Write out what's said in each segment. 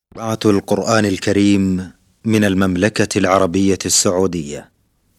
قراءة القرآن الكريم من المملكة العربية السعودية.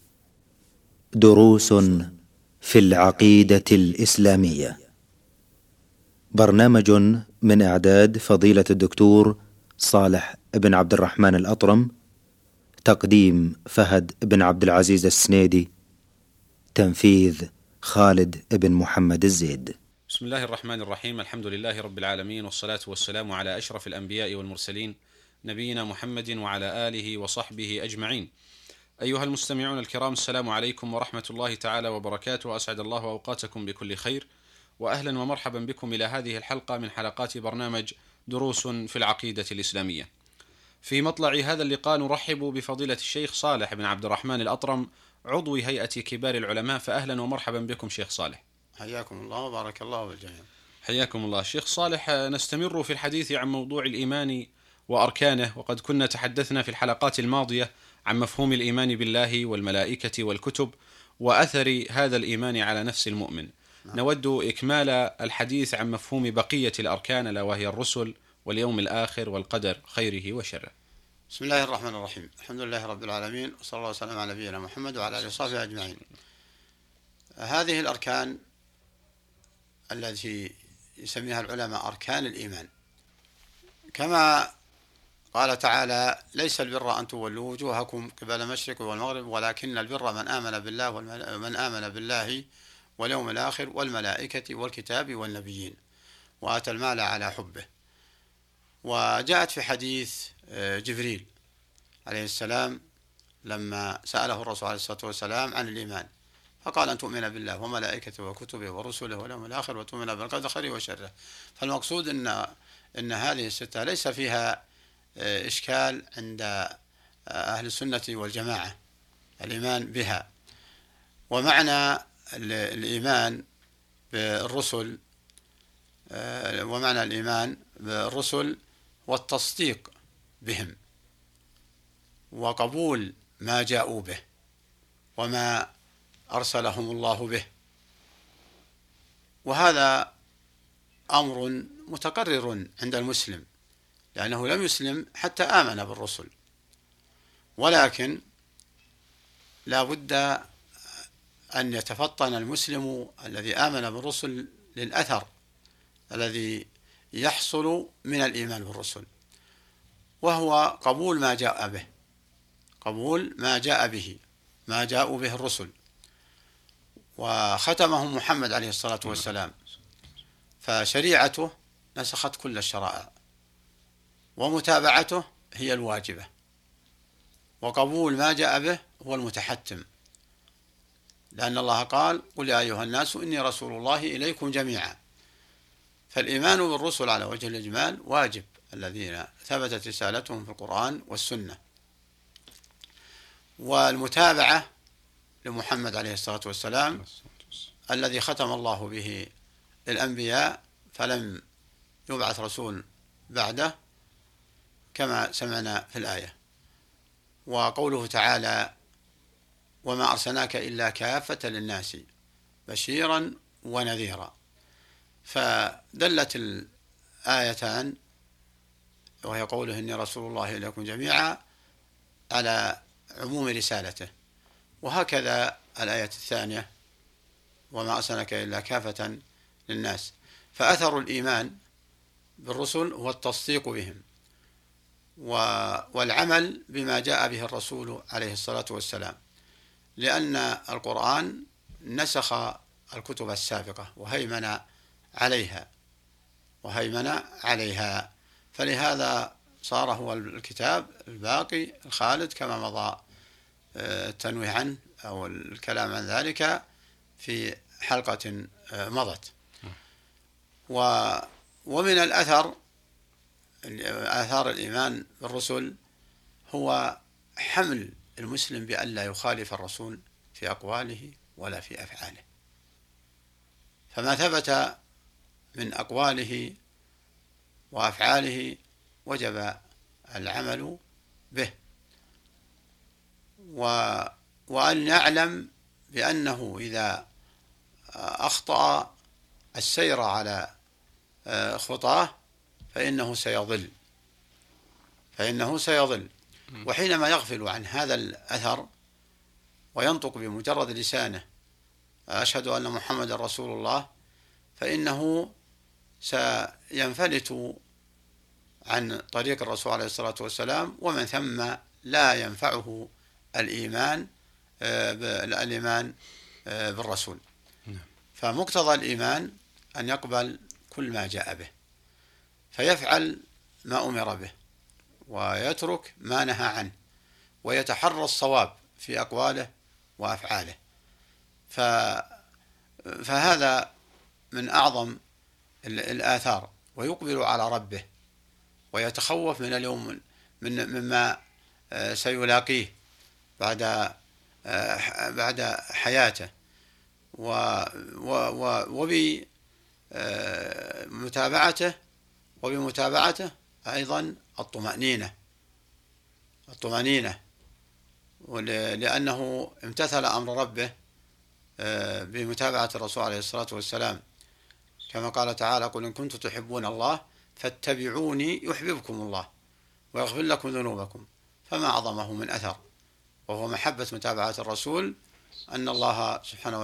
دروس في العقيدة الإسلامية. برنامج من إعداد فضيلة الدكتور صالح بن عبد الرحمن الأطرم. تقديم فهد بن عبد العزيز السنيدي. تنفيذ خالد بن محمد الزيد. بسم الله الرحمن الرحيم. الحمد لله رب العالمين، والصلاة والسلام على أشرف الأنبياء والمرسلين، نبينا محمد وعلى آله وصحبه أجمعين. أيها المستمعون الكرام، السلام عليكم ورحمة الله تعالى وبركاته. أسعد الله أوقاتكم بكل خير، وأهلا ومرحبا بكم إلى هذه الحلقة من حلقات برنامج دروس في العقيدة الإسلامية. في مطلع هذا اللقاء نرحب بفضيلة الشيخ صالح بن عبد الرحمن الأطرم، عضو هيئة كبار العلماء. فأهلا ومرحبا بكم شيخ صالح. حياكم الله وبارك الله بالجميع. حياكم الله شيخ صالح. نستمر في الحديث عن موضوع الإيمان وأركانه، وقد كنا تحدثنا في الحلقات الماضية عن مفهوم الإيمان بالله والملائكة والكتب وأثر هذا الإيمان على نفس المؤمن. نود إكمال الحديث عن مفهوم بقية الأركان، لا وهي الرسل واليوم الآخر والقدر خيره وشره. بسم الله الرحمن الرحيم. الحمد لله رب العالمين، وصلى الله وسلم على نبينا محمد وعلى آله وصحبه أجمعين. هذه الأركان التي يسميها العلماء أركان الإيمان، كما قال تعالى: ليس البر أن تولوا وجوهكم قبل المشرق والمغرب ولكن البر من آمن بالله واليوم الآخر والملائكة والكتاب والنبيين وآتى المال على حبه. وجاءت في حديث جبريل عليه السلام لما سأله الرسول عليه الصلاة والسلام عن الإيمان، فقال: أن تؤمن بالله وملائكته وكتبه ورسله واليوم الآخر وتؤمن بالقدر خيره وشره. فالمقصود أن هذه الستة ليس فيها إشكال عند أهل السنة والجماعة الإيمان بها. ومعنى الإيمان بالرسل والتصديق بهم وقبول ما جاءوا به وما أرسلهم الله به. وهذا أمر متقرر عند المسلم، لأنه لم يسلم حتى آمن بالرسل، ولكن لا بد أن يتفطن المسلم الذي آمن بالرسل للأثر الذي يحصل من الإيمان بالرسل، وهو قبول ما جاء به، قبول ما جاءوا به الرسل. وختمهم محمد عليه الصلاة والسلام، فشريعته نسخت كل الشرائع، ومتابعته هي الواجبة، وقبول ما جاء به هو المتحتم، لأن الله قال: قل يا أيها الناس إني رسول الله إليكم جميعا. فالإيمان بالرسل على وجه الإجمال واجب، الذين ثبتت رسالتهم في القرآن والسنة، والمتابعة لمحمد عليه الصلاة والسلام الذي ختم الله به الأنبياء، فلم يبعث رسول بعده كما سمعنا في الآية. وقوله تعالى: وما أرسلناك إلا كافة للناس بشيرا ونذيرا. فدلت الآيتان، وهي قوله: إني رسول الله إليكم جميعا، على عموم رسالته، وهكذا الآية الثانية: وما أرسلناك إلا كافة للناس. فأثر الإيمان بالرسل هو التصديق بهم والعمل بما جاء به الرسول عليه الصلاة والسلام، لأن القرآن نسخ الكتب السابقة وهيمن عليها، فلهذا صار هو الكتاب الباقي الخالد، كما مضى التنويه عنه أو الكلام عن ذلك في حلقة مضت. ومن آثار الإيمان بالرسل هو حمل المسلم بأن لا يخالف الرسول في أقواله ولا في أفعاله، فما ثبت من أقواله وأفعاله وجب العمل به، وأن يعلم بأنه إذا أخطأ السير على خطاه فإنه سيضل، فإنه سيضل. وحينما يغفل عن هذا الأثر وينطق بمجرد لسانه أشهد أن محمد رسول الله، فإنه سينفلت عن طريق الرسول عليه الصلاة والسلام، ومن ثم لا ينفعه الإيمان بالرسول. فمقتضى الإيمان أن يقبل كل ما جاء به، فيفعل ما أمر به ويترك ما نهى عنه، ويتحرى الصواب في أقواله وأفعاله. فهذا من أعظم الآثار، ويقبل على ربه ويتخوف من اليوم مما سيلاقيه بعد حياته، وبمتابعته أيضا الطمأنينة، لأنه امتثل أمر ربه بمتابعة الرسول عليه الصلاة والسلام، كما قال تعالى: قل إن كنتم تحبون الله فاتبعوني يحببكم الله ويغفر لكم ذنوبكم. فما أعظمه من أثر، وهو محبة متابعة الرسول، أن الله سبحانه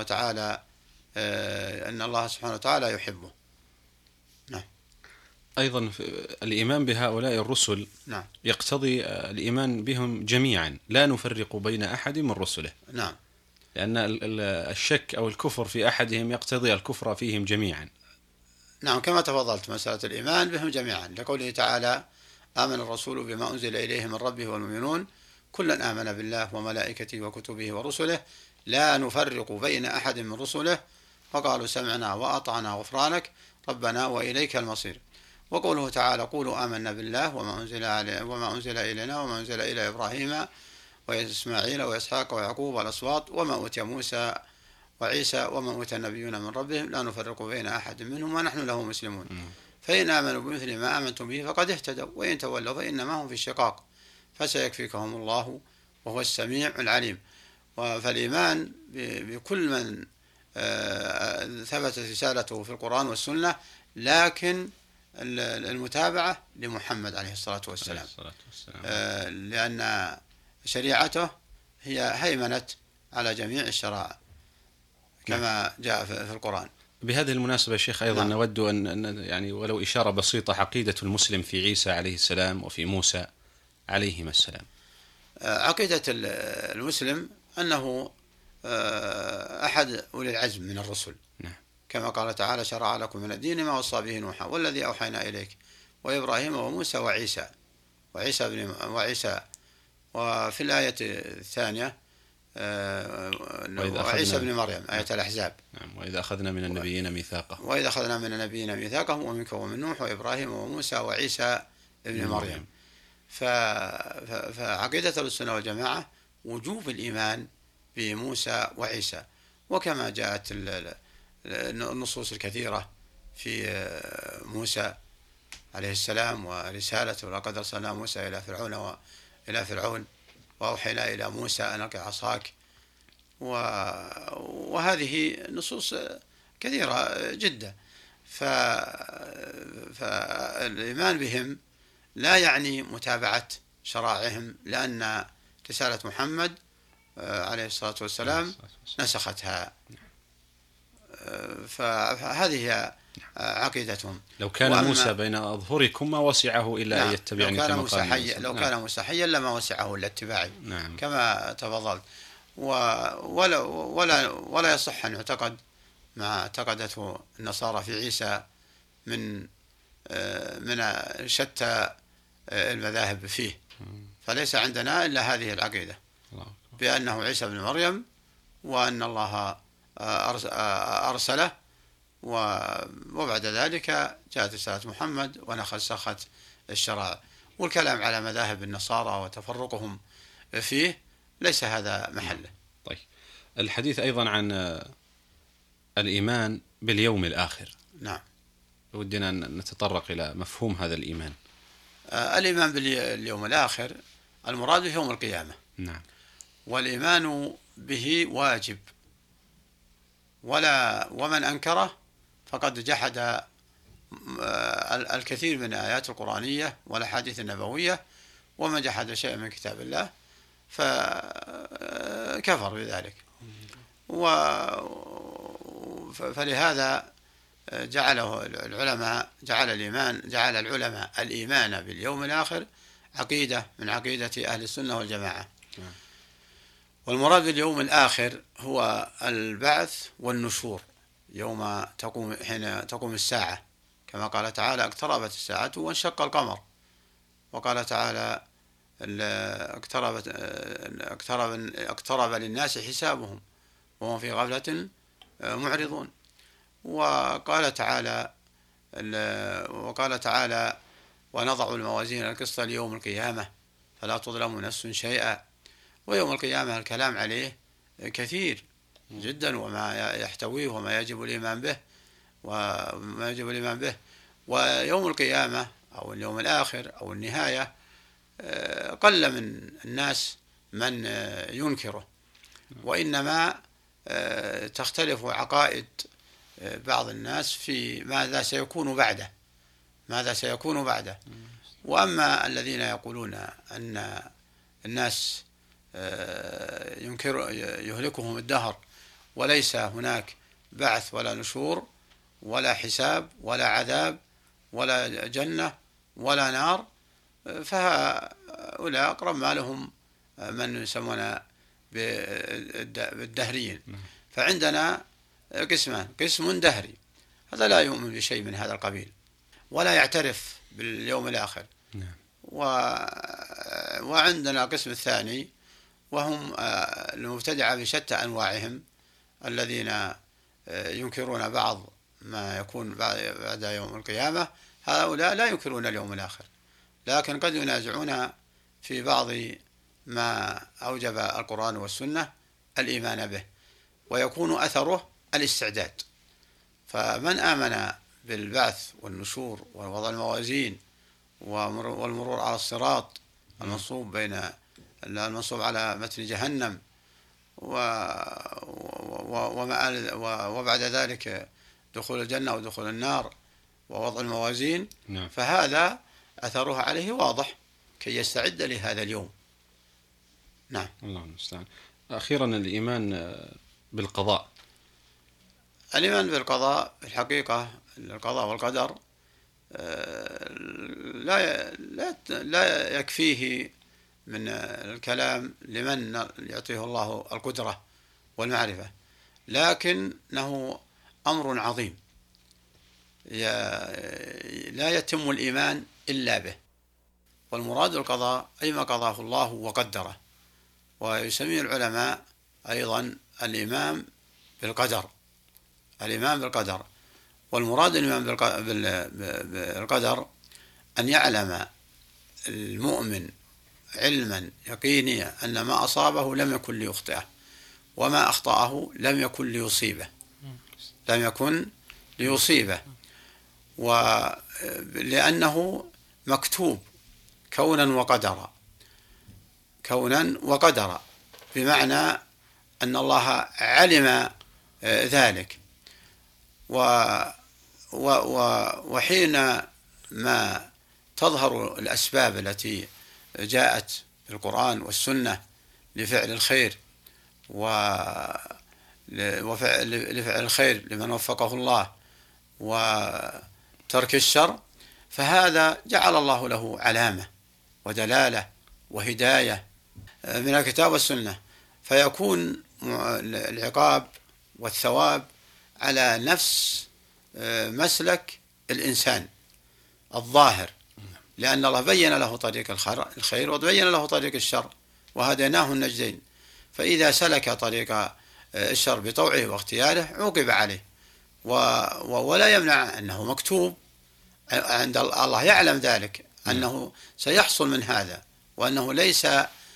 وتعالى يحبه. نعم. أيضا الإيمان بهؤلاء الرسل نعم. يقتضي الإيمان بهم جميعا، لا نفرق بين أحد من رسله. نعم. لأن الشك أو الكفر في أحدهم يقتضي الكفر فيهم جميعا. نعم، كما تفضلت، مسألة الإيمان بهم جميعا، لقوله تعالى: آمن الرسول بما أنزل إليه من ربه والمؤمنون كلا آمن بالله وملائكته وكتبه ورسله لا نفرق بين أحد من رسله وقالوا سمعنا وأطعنا غفرانك ربنا وإليك المصير. وقوله تعالى: قولوا آمنا بالله وما أنزل إلينا وما أنزل إلى إبراهيم وإسماعيل وإسحاق ويعقوب والأسباط وما أوتي موسى وعيسى وما أوتي النبيون من ربهم لا نفرق بين أحد منهم ونحن له مسلمون. فإن آمنوا بمثل ما آمنتم به فقد اهتدوا وإن تولوا فإنما هم في شقاق فسيكفيكهم الله وهو السميع العليم. فالإيمان بكل من ثبتت رسالته في القرآن والسنة، لكن المتابعة لمحمد عليه الصلاة والسلام، لأن شريعته هي هيمنت على جميع الشرائع كما جاء في القرآن. بهذه المناسبة يا شيخ أيضا نود أن يعني ولو إشارة بسيطة، عقيدة المسلم في عيسى عليه السلام وفي موسى عليهما السلام. عقيدة المسلم أنه أحد أولي العزم من الرسل، كما قال تعالى: شرع لكم من الدين ما وصى به نوحا والذي أوحينا إليك وإبراهيم وموسى وعيسى. وفي الآية الثانية وعيسى بن مريم، آية الأحزاب. وإذا أخذنا من النبيين ميثاقهم ومنك ومن نوح وإبراهيم وموسى وعيسى ابن مريم. فعقيدة السنة والجماعة وجوب الإيمان بموسى وعيسى، وكما جاءت النصوص الكثيرة في موسى عليه السلام ورسالته: ولقد أرسلنا موسى إلى فرعون وأوحينا إلى موسى أن ألق عصاك. وهذه نصوص كثيرة جدا. فالإيمان بهم لا يعني متابعة شرائعهم، لأن رسالة محمد عليه الصلاة والسلام نسختها. فهذه هي عقيدتهم. لو كان موسى بين أظهركم ما وسعه إلا أن يتبعني كما قال. لو كان موسى حيا لما وسعه إلا اتباعي، كما تفضلت. ولا يصح أن يعتقد ما اعتقدته النصارى في عيسى من شتى المذاهب فيه. فليس عندنا إلا هذه العقيدة بأنه عيسى بن مريم، وأن الله أرسله، وبعد ذلك جاءت رسالة محمد ونسخت الشرائع. والكلام على مذاهب النصارى وتفرقهم فيه ليس هذا محله. طيب، الحديث أيضا عن الإيمان باليوم الآخر. نعم، ودنا أن نتطرق إلى مفهوم هذا الإيمان. الإيمان باليوم الآخر المراد يوم القيامة. نعم. والإيمان به واجب، ومن أنكره فقد جحد الكثير من الآيات القرآنية والأحاديث النبوية، ومن جحد شيئا من كتاب الله فكفر بذلك. فلهذا جعل العلماء الإيمان باليوم الآخر عقيدة من عقيدة أهل السنة والجماعة. والمراد باليوم الآخر هو البعث والنشور حين تقوم الساعة، كما قال تعالى: اقتربت الساعة وانشق القمر. وقال تعالى: اقترب للناس حسابهم وهم في غفلة معرضون. وقال تعالى: ونضع الموازين القسط ليوم القيامة فلا تظلم نفس شيئا. ويوم القيامة الكلام عليه كثير جدا، وما يحتويه وما يجب الإيمان به. ويوم القيامة أو اليوم الآخر أو النهاية قل من الناس من ينكره، وإنما تختلف عقائد بعض الناس في ماذا سيكون بعده. وأما الذين يقولون أن الناس يهلكهم الدهر وليس هناك بعث ولا نشور ولا حساب ولا عذاب ولا جنة ولا نار، فهؤلاء أقرب ما لهم من يسمون بالدهريين. فعندنا قسمان: قسم دهري، هذا لا يؤمن بشيء من هذا القبيل ولا يعترف باليوم الآخر. وعندنا قسم الثاني، وهم المبتدعة بشتى أنواعهم، الذين ينكرون بعض ما يكون بعد يوم القيامة. هؤلاء لا ينكرون اليوم الآخر، لكن قد ينازعون في بعض ما أوجب القرآن والسنة الإيمان به، ويكون أثره الاستعداد. فمن آمن بالبعث والنشور ووضع الموازين والمرور على الصراط المنصوب على متن جهنم وبعد ذلك دخول الجنة ودخول النار ووضع الموازين، فهذا أثره عليه واضح كي يستعد لهذا اليوم. نعم. الله المستعان. أخيرا، الإيمان بالقضاء. الإيمان بالقضاء في الحقيقة، القضاء والقدر لا يكفيه من الكلام لمن يعطيه الله القدرة والمعرفة، لكنه أمر عظيم لا يتم الإيمان إلا به. والمراد القضاء أي ما قضاه الله وقدره، ويسميه العلماء أيضا الإيمان بالقدر. والمراد الإيمان بالقدر أن يعلم المؤمن علما يقينيا أن ما أصابه لم يكن ليخطئه، وما أخطأه لم يكن ليصيبه، ولأنه مكتوب كونا وقدرا، بمعنى أن الله علم ذلك. وحين ما تظهر الأسباب التي جاءت في القرآن والسنة لفعل الخير لفعل الخير لمن وفقه الله وترك الشر، فهذا جعل الله له علامة ودلالة وهداية من الكتاب والسنة، فيكون العقاب والثواب على نفس مسلك الإنسان الظاهر، لأن الله بين له طريق الخير وبين له طريق الشر، وهديناه النجدين. فإذا سلك طريق الشر بطوعه واختياره عوقب عليه، ولا يمنع أنه مكتوب عند الله، يعلم ذلك أنه سيحصل من هذا، وأنه ليس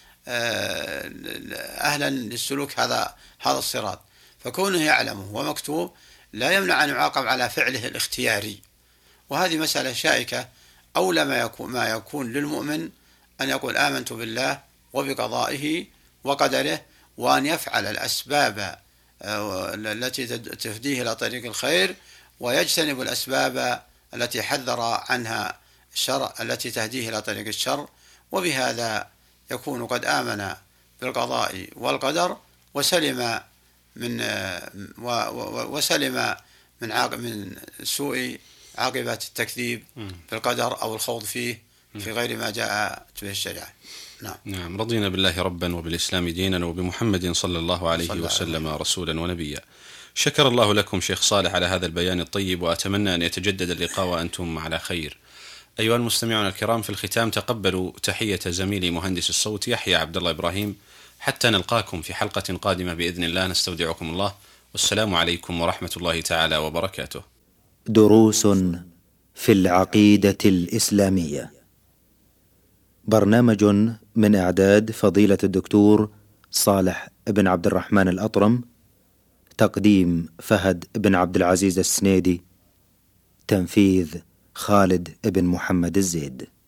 أهلا للسلوك هذا الصراط، فكونه يعلمه ومكتوب لا يمنع أن يعاقب على فعله الاختياري. وهذه مسألة شائكة. أولى ما يكون للمؤمن أن يقول آمنت بالله وبقضائه وقدره، وأن يفعل الأسباب التي تهديه إلى طريق الخير، ويجتنب الأسباب التي حذر عنها الشرع التي تهديه إلى طريق الشر، وبهذا يكون قد آمن بالقضاء والقدر وسلم من سوء عاقبة التكذيب بالقدر أو الخوض فيه في غير ما جاء به الشريعة. نعم. رضينا بالله ربا وبالإسلام دينا وبمحمد صلى الله عليه وسلم رسولا ونبيا. شكر الله لكم شيخ صالح على هذا البيان الطيب، وأتمنى أن يتجدد اللقاء وأنتم على خير. أيها المستمعون الكرام، في الختام تقبلوا تحية زميلي مهندس الصوت يحيى عبد الله إبراهيم، حتى نلقاكم في حلقة قادمة بإذن الله. نستودعكم الله، والسلام عليكم ورحمة الله تعالى وبركاته. دروس في العقيدة الإسلامية، برنامج من إعداد فضيلة الدكتور صالح بن عبد الرحمن الأطرم، تقديم فهد بن عبد العزيز السنيدي، تنفيذ خالد بن محمد الزيد.